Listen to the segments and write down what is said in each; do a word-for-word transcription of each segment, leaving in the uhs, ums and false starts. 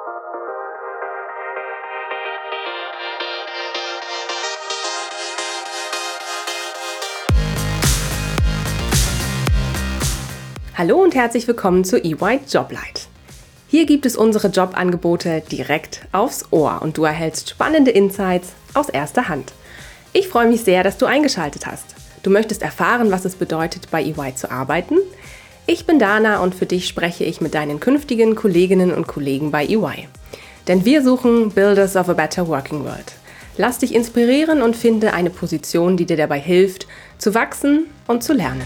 Hallo und herzlich willkommen zu E Y Joblight. Hier gibt es unsere Jobangebote direkt aufs Ohr und du erhältst spannende Insights aus erster Hand. Ich freue mich sehr, dass du eingeschaltet hast. Du möchtest erfahren, was es bedeutet, bei E Y zu arbeiten? Ich bin Dana und für dich spreche ich mit deinen künftigen Kolleginnen und Kollegen bei E Y. Denn wir suchen Builders of a Better Working World. Lass dich inspirieren und finde eine Position, die dir dabei hilft, zu wachsen und zu lernen.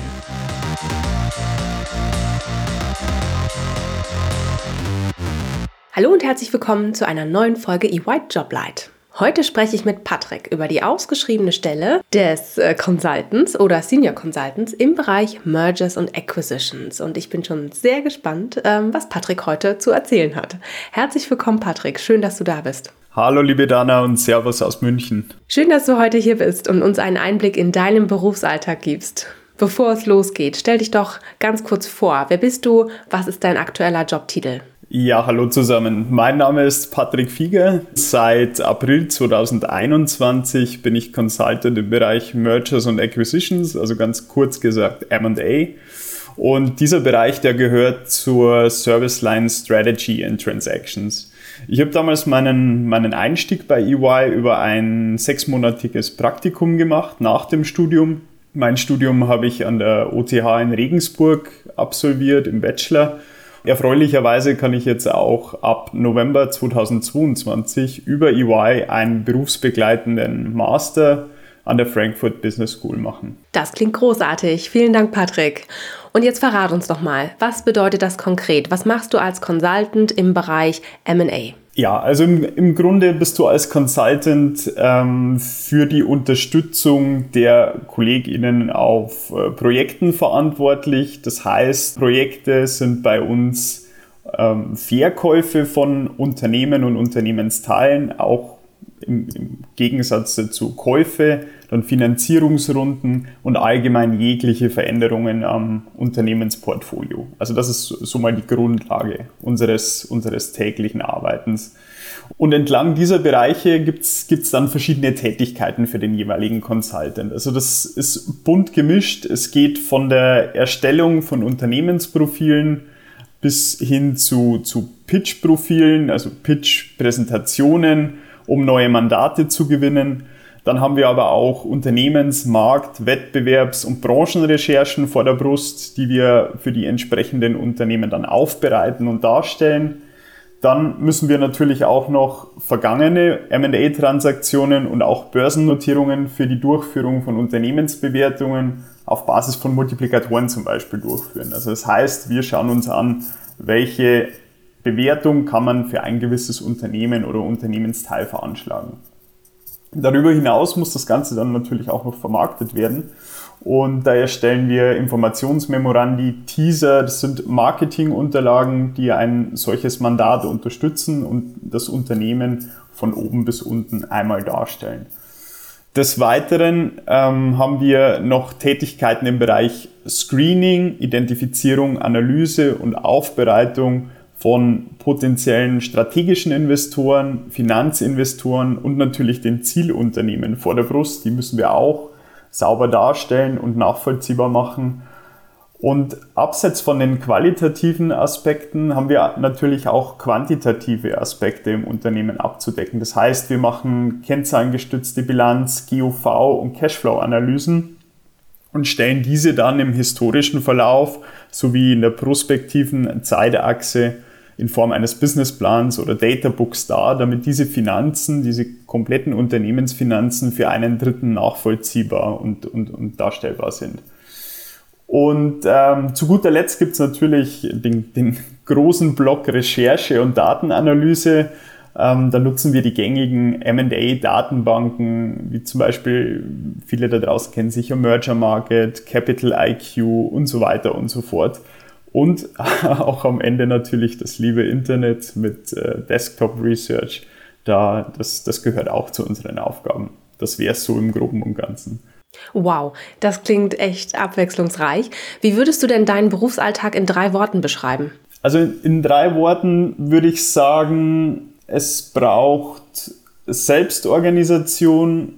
Hallo und herzlich willkommen zu einer neuen Folge E Y Joblight. Heute spreche ich mit Patrick über die ausgeschriebene Stelle des äh, Consultants oder Senior Consultants im Bereich Mergers und Acquisitions. Und ich bin schon sehr gespannt, ähm, was Patrick heute zu erzählen hat. Herzlich willkommen, Patrick. Schön, dass du da bist. Hallo, liebe Dana und Servus aus München. Schön, dass du heute hier bist und uns einen Einblick in deinen Berufsalltag gibst. Bevor es losgeht, stell dich doch ganz kurz vor. Wer bist du? Was ist dein aktueller Jobtitel? Ja, hallo zusammen. Mein Name ist Patrick Fieger. Seit April zweitausendeinundzwanzig bin ich Consultant im Bereich Mergers und Acquisitions, also ganz kurz gesagt M und A. Und dieser Bereich, der gehört zur Service Line Strategy and Transactions. Ich habe damals meinen, meinen Einstieg bei E Y über ein sechsmonatiges Praktikum gemacht nach dem Studium. Mein Studium habe ich an der O T H in Regensburg absolviert im Bachelor. Erfreulicherweise kann ich jetzt auch ab November zweitausendzweiundzwanzig über E Y einen berufsbegleitenden Master an der Frankfurt Business School machen. Das klingt großartig. Vielen Dank, Patrick. Und jetzt verrat uns doch mal, was bedeutet das konkret? Was machst du als Consultant im Bereich M und A? Ja, also im, im Grunde bist du als Consultant ähm, für die Unterstützung der KollegInnen auf äh, Projekten verantwortlich. Das heißt, Projekte sind bei uns ähm, Verkäufe von Unternehmen und Unternehmensteilen, auch im, im Gegensatz zu Käufe, dann Finanzierungsrunden und allgemein jegliche Veränderungen am Unternehmensportfolio. Also das ist so mal die Grundlage unseres, unseres täglichen Arbeitens. Und entlang dieser Bereiche gibt es dann verschiedene Tätigkeiten für den jeweiligen Consultant. Also das ist bunt gemischt. Es geht von der Erstellung von Unternehmensprofilen bis hin zu, zu Pitch-Profilen, also Pitch-Präsentationen, um neue Mandate zu gewinnen. Dann haben wir aber auch Unternehmens-, Markt-, Wettbewerbs- und Branchenrecherchen vor der Brust, die wir für die entsprechenden Unternehmen dann aufbereiten und darstellen. Dann müssen wir natürlich auch noch vergangene M und A-Transaktionen und auch Börsennotierungen für die Durchführung von Unternehmensbewertungen auf Basis von Multiplikatoren zum Beispiel durchführen. Also das heißt, wir schauen uns an, welche Bewertung kann man für ein gewisses Unternehmen oder Unternehmensteil veranschlagen. Darüber hinaus muss das Ganze dann natürlich auch noch vermarktet werden und da erstellen wir Informationsmemorandi, Teaser, das sind Marketingunterlagen, die ein solches Mandat unterstützen und das Unternehmen von oben bis unten einmal darstellen. Des Weiteren ähm, haben wir noch Tätigkeiten im Bereich Screening, Identifizierung, Analyse und Aufbereitung von potenziellen strategischen Investoren, Finanzinvestoren und natürlich den Zielunternehmen vor der Brust. Die müssen wir auch sauber darstellen und nachvollziehbar machen. Und abseits von den qualitativen Aspekten haben wir natürlich auch quantitative Aspekte im Unternehmen abzudecken. Das heißt, wir machen kennzahlengestützte Bilanz, G O V und Cashflow-Analysen und stellen diese dann im historischen Verlauf sowie in der prospektiven Zeitachse in Form eines Businessplans oder Databooks dar, damit diese Finanzen, diese kompletten Unternehmensfinanzen für einen Dritten nachvollziehbar und, und, und darstellbar sind. Und ähm, zu guter Letzt gibt es natürlich den, den großen Block Recherche und Datenanalyse. Ähm, da nutzen wir die gängigen M und A-Datenbanken, wie zum Beispiel, viele da draußen kennen sicher Merger Market, Capital I Q und so weiter und so fort. Und auch am Ende natürlich das liebe Internet mit äh, Desktop Research. Da, das, das gehört auch zu unseren Aufgaben. Das wäre es so im Groben und Ganzen. Wow, das klingt echt abwechslungsreich. Wie würdest du denn deinen Berufsalltag in drei Worten beschreiben? Also in drei Worten würde ich sagen, es braucht Selbstorganisation,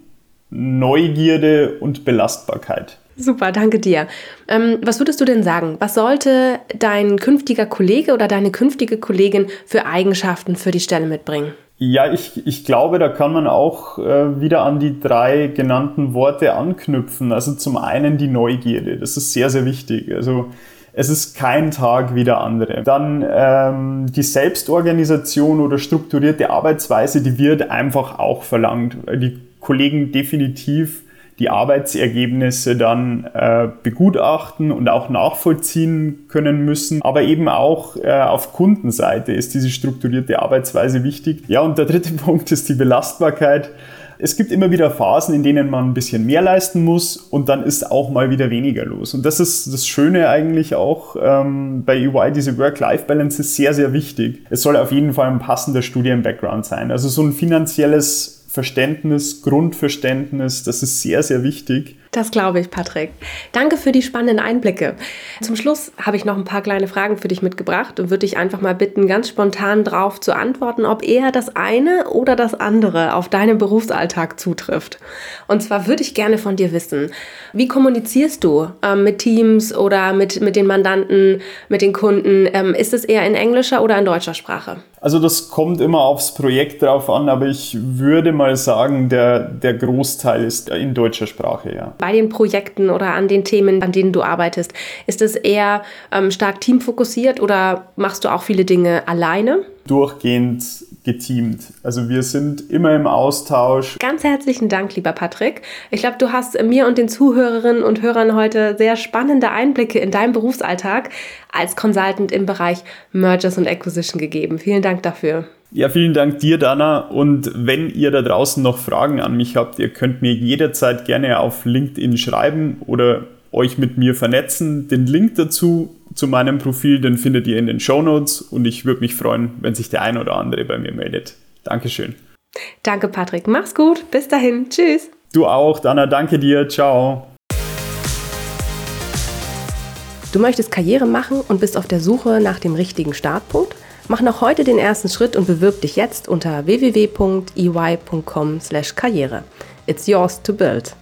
Neugierde und Belastbarkeit. Super, danke dir. Ähm, was würdest du denn sagen? Was sollte dein künftiger Kollege oder deine künftige Kollegin für Eigenschaften für die Stelle mitbringen? Ja, ich, ich glaube, da kann man auch äh, wieder an die drei genannten Worte anknüpfen. Also zum einen die Neugierde, das ist sehr, sehr wichtig. Also es ist kein Tag wie der andere. Dann ähm, die Selbstorganisation oder strukturierte Arbeitsweise, die wird einfach auch verlangt, weil die Kollegen definitiv die Arbeitsergebnisse dann äh, begutachten und auch nachvollziehen können müssen. Aber eben auch äh, auf Kundenseite ist diese strukturierte Arbeitsweise wichtig. Ja, und der dritte Punkt ist die Belastbarkeit. Es gibt immer wieder Phasen, in denen man ein bisschen mehr leisten muss und dann ist auch mal wieder weniger los. Und das ist das Schöne eigentlich auch ähm, bei E Y, diese Work-Life-Balance ist sehr, sehr wichtig. Es soll auf jeden Fall ein passender Studien-Background sein. Also so ein finanzielles Verständnis, Grundverständnis, das ist sehr, sehr wichtig. Das glaube ich, Patrick. Danke für die spannenden Einblicke. Zum Schluss habe ich noch ein paar kleine Fragen für dich mitgebracht und würde dich einfach mal bitten, ganz spontan drauf zu antworten, ob eher das eine oder das andere auf deinen Berufsalltag zutrifft. Und zwar würde ich gerne von dir wissen, wie kommunizierst du ähm, mit Teams oder mit, mit den Mandanten, mit den Kunden? Ähm, ist es eher in englischer oder in deutscher Sprache? Also das kommt immer aufs Projekt drauf an, aber ich würde mal sagen, der, der Großteil ist in deutscher Sprache, ja. Bei den Projekten oder an den Themen, an denen du arbeitest, ist es eher ähm, stark teamfokussiert oder machst du auch viele Dinge alleine? Durchgehend geteamt. Also wir sind immer im Austausch. Ganz herzlichen Dank, lieber Patrick. Ich glaube, du hast mir und den Zuhörerinnen und Hörern heute sehr spannende Einblicke in deinen Berufsalltag als Consultant im Bereich Mergers und Acquisition gegeben. Vielen Dank dafür. Ja, vielen Dank dir, Dana. Und wenn ihr da draußen noch Fragen an mich habt, ihr könnt mir jederzeit gerne auf LinkedIn schreiben oder euch mit mir vernetzen. Den Link dazu zu meinem Profil, den findet ihr in den Shownotes und ich würde mich freuen, wenn sich der ein oder andere bei mir meldet. Dankeschön. Danke, Patrick. Mach's gut. Bis dahin. Tschüss. Du auch, Dana. Danke dir. Ciao. Du möchtest Karriere machen und bist auf der Suche nach dem richtigen Startpunkt? Mach noch heute den ersten Schritt und bewirb dich jetzt unter w w w punkt e y punkt com slash karriere. It's yours to build.